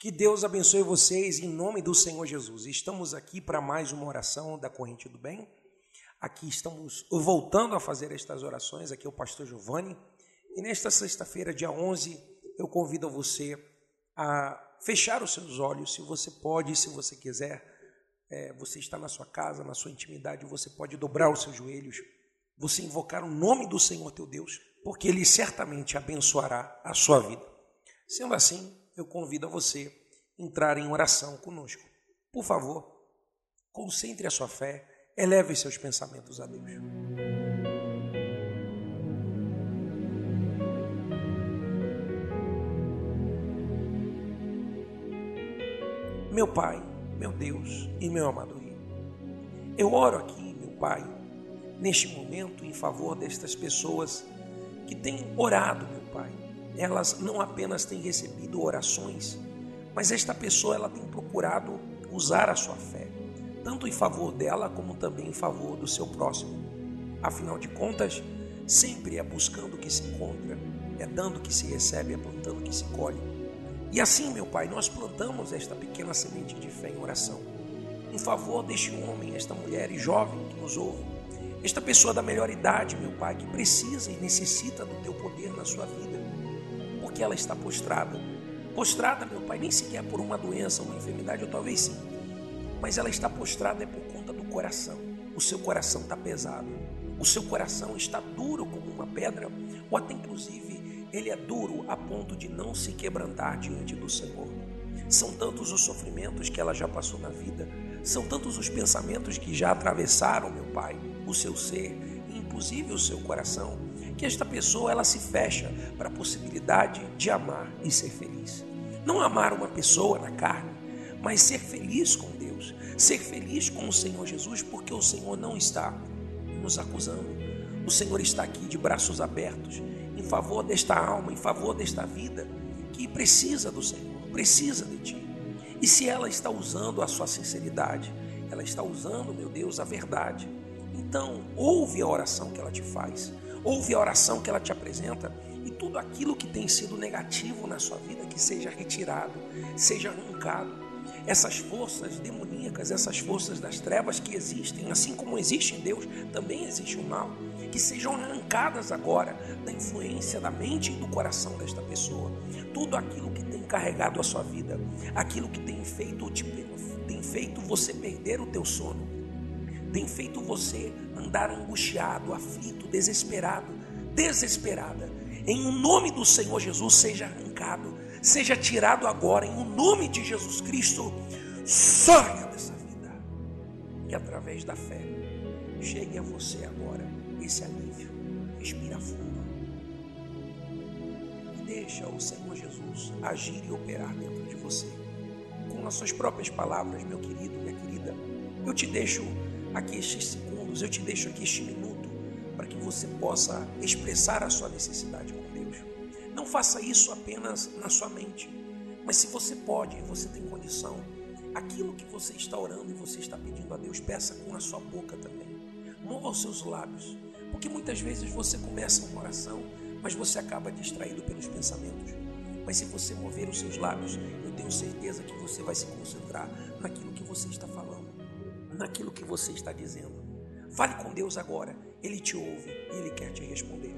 Que Deus abençoe vocês em nome do Senhor Jesus. Estamos aqui para mais uma oração da Corrente do Bem. Aqui estamos voltando a fazer estas orações. Aqui é o pastor Giovanni. E nesta sexta-feira, dia 11, eu convido você a fechar os seus olhos, se você pode, se você quiser. Você está na sua casa, na sua intimidade, você pode dobrar os seus joelhos, você invocar o nome do Senhor teu Deus, porque Ele certamente abençoará a sua vida. Sendo assim, eu convido a você a entrar em oração conosco. Por favor, concentre a sua fé, eleve seus pensamentos a Deus. Meu Pai, meu Deus e meu amado Rei, eu oro aqui, meu Pai, neste momento em favor destas pessoas que têm orado, meu Pai. Elas não apenas têm recebido orações, mas esta pessoa ela tem procurado usar a sua fé, tanto em favor dela como também em favor do seu próximo. Afinal de contas, sempre é buscando que se encontra, é dando que se recebe, é plantando que se colhe. E assim, meu Pai, nós plantamos esta pequena semente de fé em oração, em favor deste homem, esta mulher e jovem que nos ouve, esta pessoa da melhor idade, meu Pai, que precisa e necessita do Teu poder na sua vida, porque ela está postrada, meu Pai, nem sequer por uma doença, uma enfermidade, ou talvez sim, mas ela está postrada é por conta do coração. O seu coração está pesado, o seu coração está duro como uma pedra, ou até inclusive ele é duro a ponto de não se quebrantar diante do Senhor. São tantos os sofrimentos que ela já passou na vida, são tantos os pensamentos que já atravessaram, meu Pai, o seu ser, e inclusive o seu coração, que esta pessoa ela se fecha para a possibilidade de amar e ser feliz. Não amar uma pessoa na carne, mas ser feliz com Deus, ser feliz com o Senhor Jesus, porque o Senhor não está nos acusando. O Senhor está aqui de braços abertos, em favor desta alma, em favor desta vida, que precisa do Senhor, precisa de Ti. E se ela está usando a sua sinceridade, ela está usando, meu Deus, a verdade, então ouve a oração que ela te faz, ouve a oração que ela te apresenta, e tudo aquilo que tem sido negativo na sua vida, que seja retirado, seja arrancado. Essas forças demoníacas, essas forças das trevas que existem, assim como existe em Deus, também existe o mal, que sejam arrancadas agora da influência da mente e do coração desta pessoa. Tudo aquilo que tem carregado a sua vida, aquilo que tem feito você perder o teu sono, tem feito você andar angustiado, aflito, desesperada, em o nome do Senhor Jesus, seja arrancado, seja tirado agora, em o nome de Jesus Cristo. Saia dessa vida, que através da fé chegue a você agora esse alívio. Respira fundo e deixa o Senhor Jesus agir e operar dentro de você, com as suas próprias palavras. Meu querido, minha querida, eu te deixo aqui estes segundos, eu te deixo aqui este minuto, para que você possa expressar a sua necessidade com Deus. Não faça isso apenas na sua mente, mas se você pode, você tem condição, aquilo que você está orando e você está pedindo a Deus, peça com a sua boca também. Mova os seus lábios, porque muitas vezes você começa uma oração, mas você acaba distraído pelos pensamentos. Mas se você mover os seus lábios, eu tenho certeza que você vai se concentrar naquilo que você está falando, naquilo que você está dizendo. Fale com Deus agora, Ele te ouve e Ele quer te responder.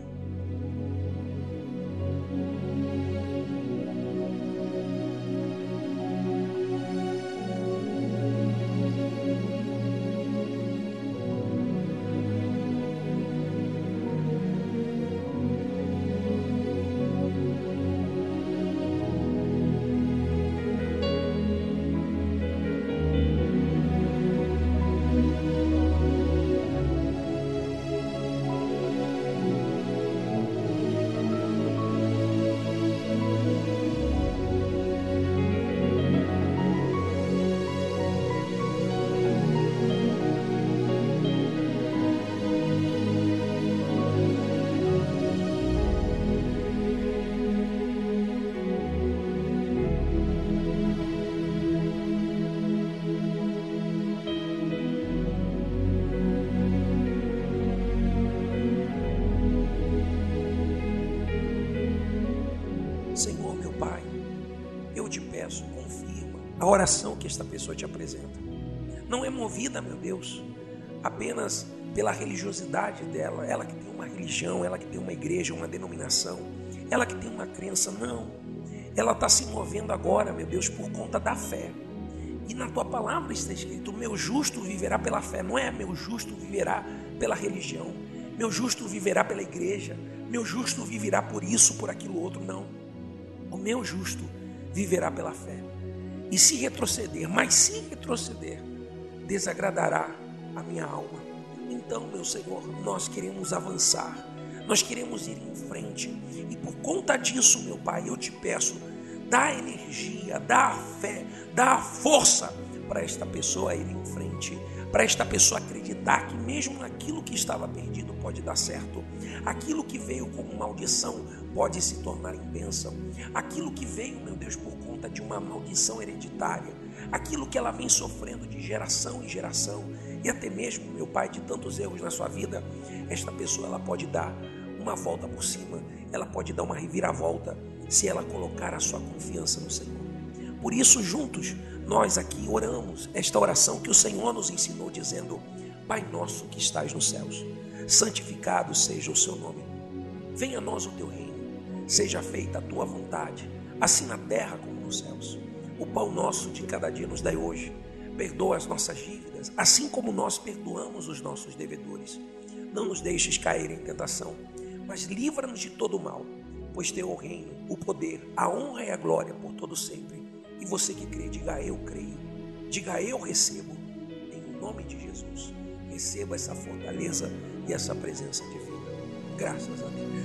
Deus, confirma a oração que esta pessoa te apresenta. Não é movida, meu Deus, apenas pela religiosidade dela, ela que tem uma religião, ela que tem uma igreja, uma denominação, ela que tem uma crença, não. Ela está se movendo agora, meu Deus, por conta da fé. E na tua palavra está escrito, meu justo viverá pela fé. Não é meu justo viverá pela religião, meu justo viverá pela igreja, meu justo viverá por isso, por aquilo outro, não. O meu justo viverá pela fé. E se retroceder, mas se retroceder, desagradará a minha alma. Então, meu Senhor, nós queremos avançar, nós queremos ir em frente. E por conta disso, meu Pai, eu te peço, dá energia, dá fé, dá força para esta pessoa ir em frente, para esta pessoa acreditar que mesmo aquilo que estava perdido pode dar certo, aquilo que veio como maldição pode se tornar em bênção, aquilo que veio, meu Deus, por conta de uma maldição hereditária, aquilo que ela vem sofrendo de geração em geração, e até mesmo, meu Pai, de tantos erros na sua vida, esta pessoa ela pode dar uma volta por cima, ela pode dar uma reviravolta, se ela colocar a sua confiança no Senhor. Por isso, juntos, nós aqui oramos esta oração que o Senhor nos ensinou, dizendo: Pai nosso que estás nos céus, santificado seja o seu nome. Venha a nós o teu reino, seja feita a tua vontade, assim na terra como nos céus. O pão nosso de cada dia nos dai hoje. Perdoa as nossas dívidas, assim como nós perdoamos os nossos devedores. Não nos deixes cair em tentação, mas livra-nos de todo o mal, pois teu é o reino, o poder, a honra e a glória por todo sempre. E você que crê, diga: eu creio, diga: eu recebo, em nome de Jesus. Receba essa fortaleza e essa presença divina. Graças a Deus.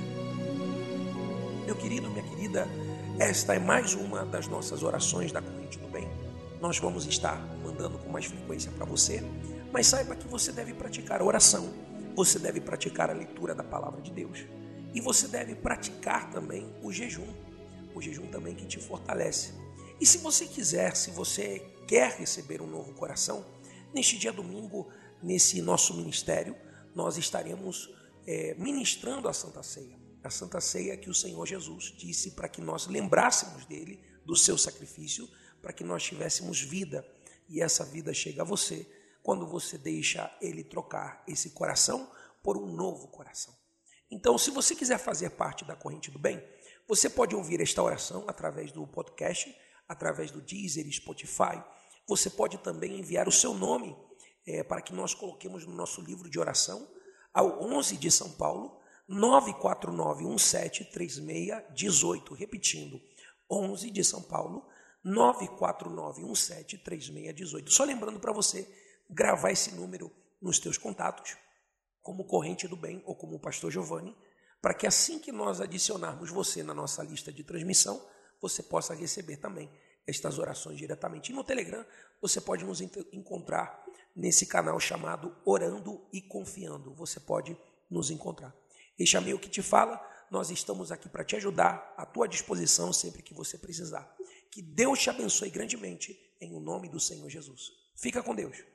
Meu querido, minha querida, esta é mais uma das nossas orações da Corrente do Bem. Nós vamos estar mandando com mais frequência para você, mas saiba que você deve praticar a oração, você deve praticar a leitura da palavra de Deus e você deve praticar também o jejum também que te fortalece. E se você quiser, se você quer receber um novo coração, neste dia domingo, nesse nosso ministério, nós estaremos ministrando a Santa Ceia. A Santa Ceia que o Senhor Jesus disse para que nós lembrássemos dele, do seu sacrifício, para que nós tivéssemos vida. E essa vida chega a você quando você deixa ele trocar esse coração por um novo coração. Então, se você quiser fazer parte da Corrente do Bem, você pode ouvir esta oração através do podcast, através do Deezer e Spotify. Você pode também enviar o seu nome para que nós coloquemos no nosso livro de oração ao 11 de São Paulo, 949173618. Repetindo, 11 de São Paulo, 949173618. Só lembrando para você gravar esse número nos teus contatos, como Corrente do Bem ou como o Pastor Giovanni, para que assim que nós adicionarmos você na nossa lista de transmissão, você possa receber também estas orações diretamente. E no Telegram, você pode nos encontrar nesse canal chamado Orando e Confiando. Você pode nos encontrar. Este amigo que te fala, nós estamos aqui para te ajudar, à tua disposição sempre que você precisar. Que Deus te abençoe grandemente, em o nome do Senhor Jesus. Fica com Deus.